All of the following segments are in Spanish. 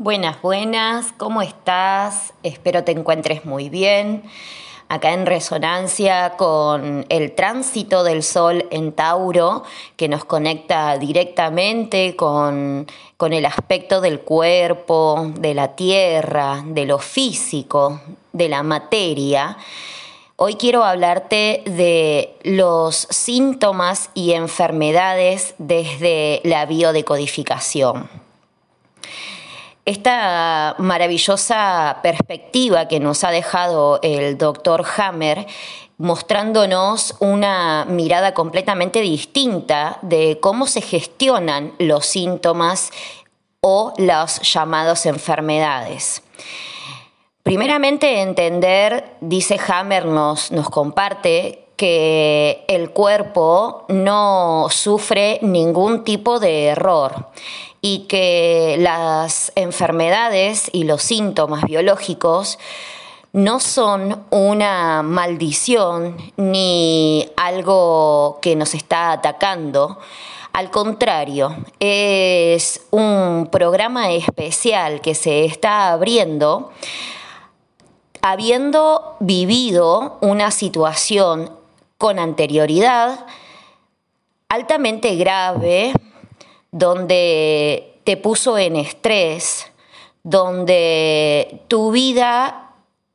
Buenas, buenas, ¿cómo estás? Espero te encuentres muy bien. Acá en resonancia con el tránsito del Sol en Tauro, que nos conecta directamente con el aspecto del cuerpo, de la tierra, de lo físico, de la materia. Hoy quiero hablarte de los síntomas y enfermedades desde la biodecodificación. Esta maravillosa perspectiva que nos ha dejado el doctor Hammer, mostrándonos una mirada completamente distinta de cómo se gestionan los síntomas o las llamadas enfermedades. Primeramente, entender, dice Hammer, nos comparte que el cuerpo no sufre ningún tipo de error y que las enfermedades y los síntomas biológicos no son una maldición ni algo que nos está atacando. Al contrario, es un programa especial que se está abriendo habiendo vivido una situación con anterioridad altamente grave, donde te puso en estrés, donde tu vida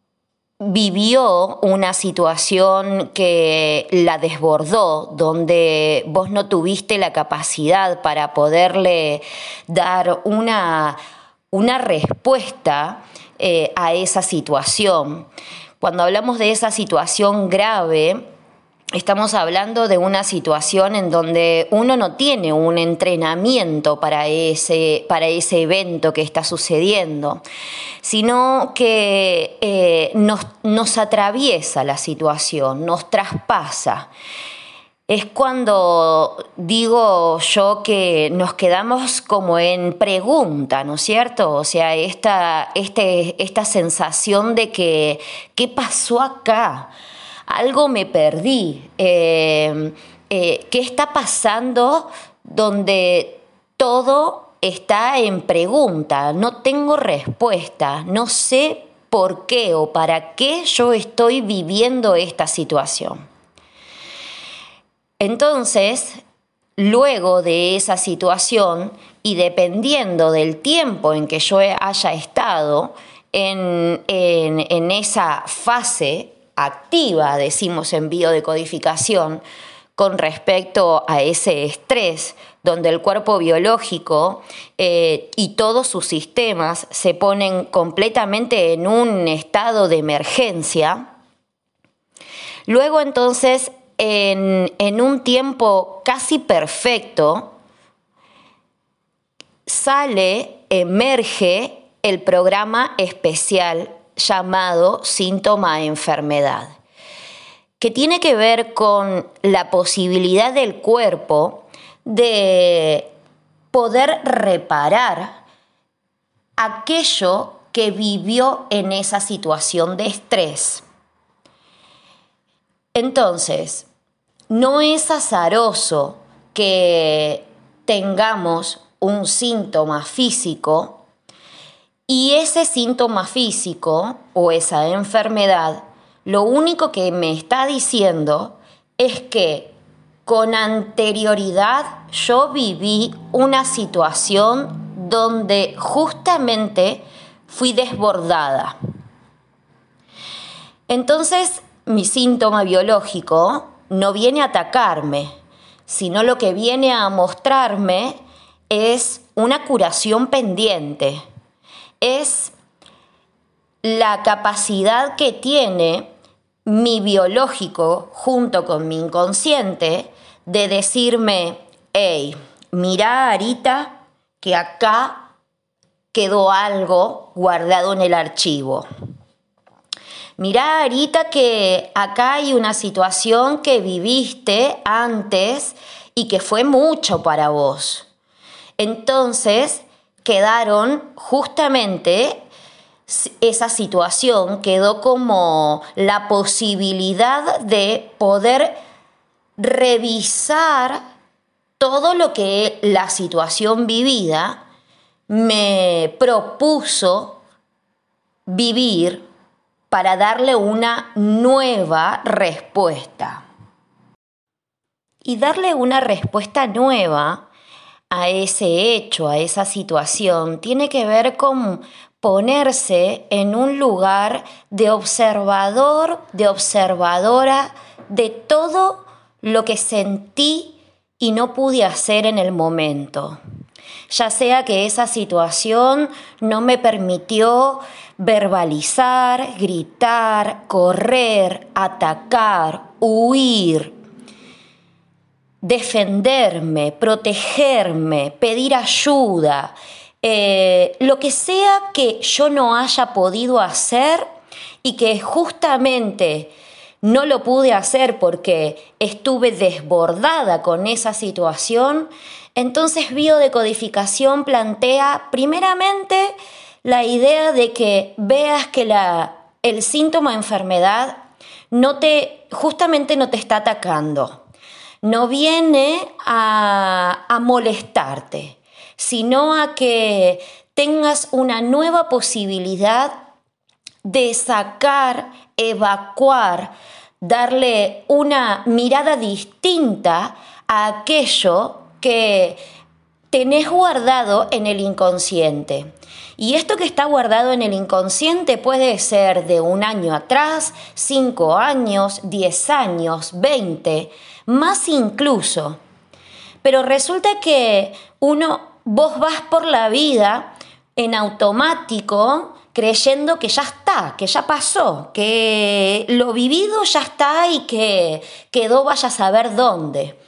vivió una situación que la desbordó, donde vos no tuviste la capacidad para poderle dar una respuesta a esa situación. Cuando hablamos de esa situación grave, estamos hablando de una situación en donde uno no tiene un entrenamiento para ese evento que está sucediendo, sino que nos atraviesa la situación, nos traspasa. Es cuando digo yo que nos quedamos como en pregunta, ¿no es cierto? O sea, esta sensación de que, ¿qué pasó acá? Algo me perdí. ¿Qué está pasando donde todo está en pregunta? No tengo respuesta, no sé por qué o para qué yo estoy viviendo esta situación. Entonces, luego de esa situación y dependiendo del tiempo en que yo haya estado en esa fase activa, decimos en biodecodificación, con respecto a ese estrés, donde el cuerpo biológico y todos sus sistemas se ponen completamente en un estado de emergencia, luego entonces en un tiempo casi perfecto, emerge el programa especial llamado síntoma enfermedad, que tiene que ver con la posibilidad del cuerpo de poder reparar aquello que vivió en esa situación de estrés. Entonces, no es azaroso que tengamos un síntoma físico y ese síntoma físico o esa enfermedad, lo único que me está diciendo es que con anterioridad yo viví una situación donde justamente fui desbordada. Entonces, mi síntoma biológico no viene a atacarme, sino lo que viene a mostrarme es una curación pendiente. Es la capacidad que tiene mi biológico junto con mi inconsciente de decirme, hey, mirá Arita, que acá quedó algo guardado en el archivo. Mirá, Arita, que acá hay una situación que viviste antes y que fue mucho para vos. Entonces, quedaron justamente, esa situación quedó como la posibilidad de poder revisar todo lo que la situación vivida me propuso vivir para darle una nueva respuesta. Y darle una respuesta nueva a ese hecho, a esa situación, tiene que ver con ponerse en un lugar de observador, de observadora de todo lo que sentí y no pude hacer en el momento. Ya sea que esa situación no me permitió verbalizar, gritar, correr, atacar, huir, defenderme, protegerme, pedir ayuda, lo que sea que yo no haya podido hacer y que justamente no lo pude hacer porque estuve desbordada con esa situación, entonces biodecodificación plantea primeramente la idea de que veas que el síntoma de enfermedad justamente no te está atacando. No viene a molestarte, sino a que tengas una nueva posibilidad de sacar, evacuar, darle una mirada distinta a aquello que tenés guardado en el inconsciente. Y esto que está guardado en el inconsciente puede ser de 1 año atrás, 5 años, 10 años, 20, más incluso. Pero resulta que vos vas por la vida en automático creyendo que ya está, que ya pasó, que lo vivido ya está y que quedó vaya a saber dónde.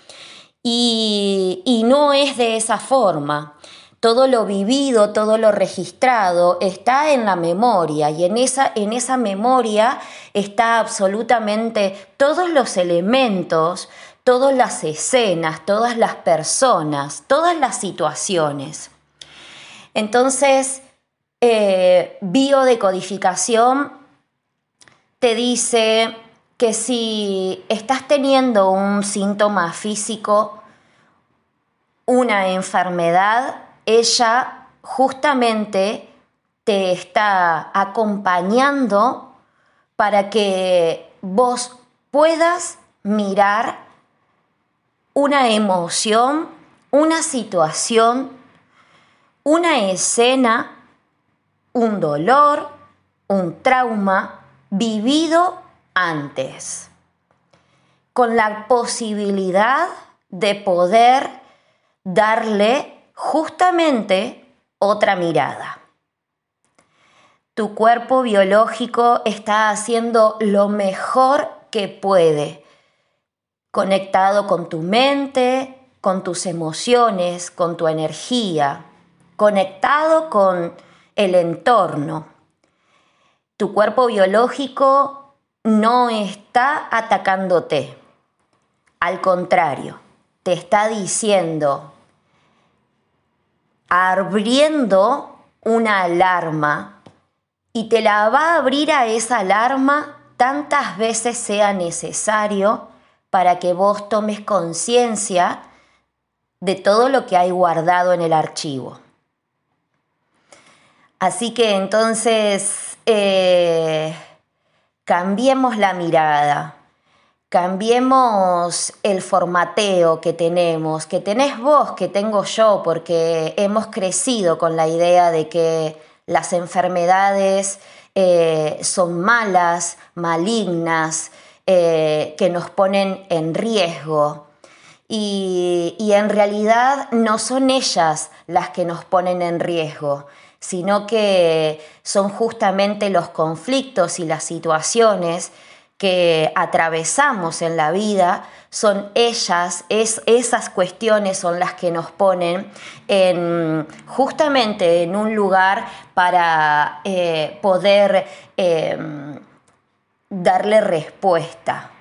Y no es de esa forma. Todo lo vivido, todo lo registrado está en la memoria y en esa memoria está absolutamente todos los elementos, todas las escenas, todas las personas, todas las situaciones. Entonces, biodecodificación te dice que si estás teniendo un síntoma físico, una enfermedad, ella justamente te está acompañando para que vos puedas mirar una emoción, una situación, una escena, un dolor, un trauma vivido antes, con la posibilidad de poder darle justamente otra mirada. Tu cuerpo biológico está haciendo lo mejor que puede, conectado con tu mente, con tus emociones, con tu energía, conectado con el entorno. Tu cuerpo biológico no está atacándote. Al contrario, te está diciendo, abriendo una alarma, y te la va a abrir a esa alarma tantas veces sea necesario para que vos tomes conciencia de todo lo que hay guardado en el archivo. Así que entonces cambiemos la mirada, cambiemos el formateo que tenés vos, que tengo yo, porque hemos crecido con la idea de que las enfermedades son malas, malignas, que nos ponen en riesgo. Y en realidad no son ellas las que nos ponen en riesgo, sino que son justamente los conflictos y las situaciones que atravesamos en la vida, son ellas, esas cuestiones son las que nos ponen justamente en un lugar para poder darle respuesta.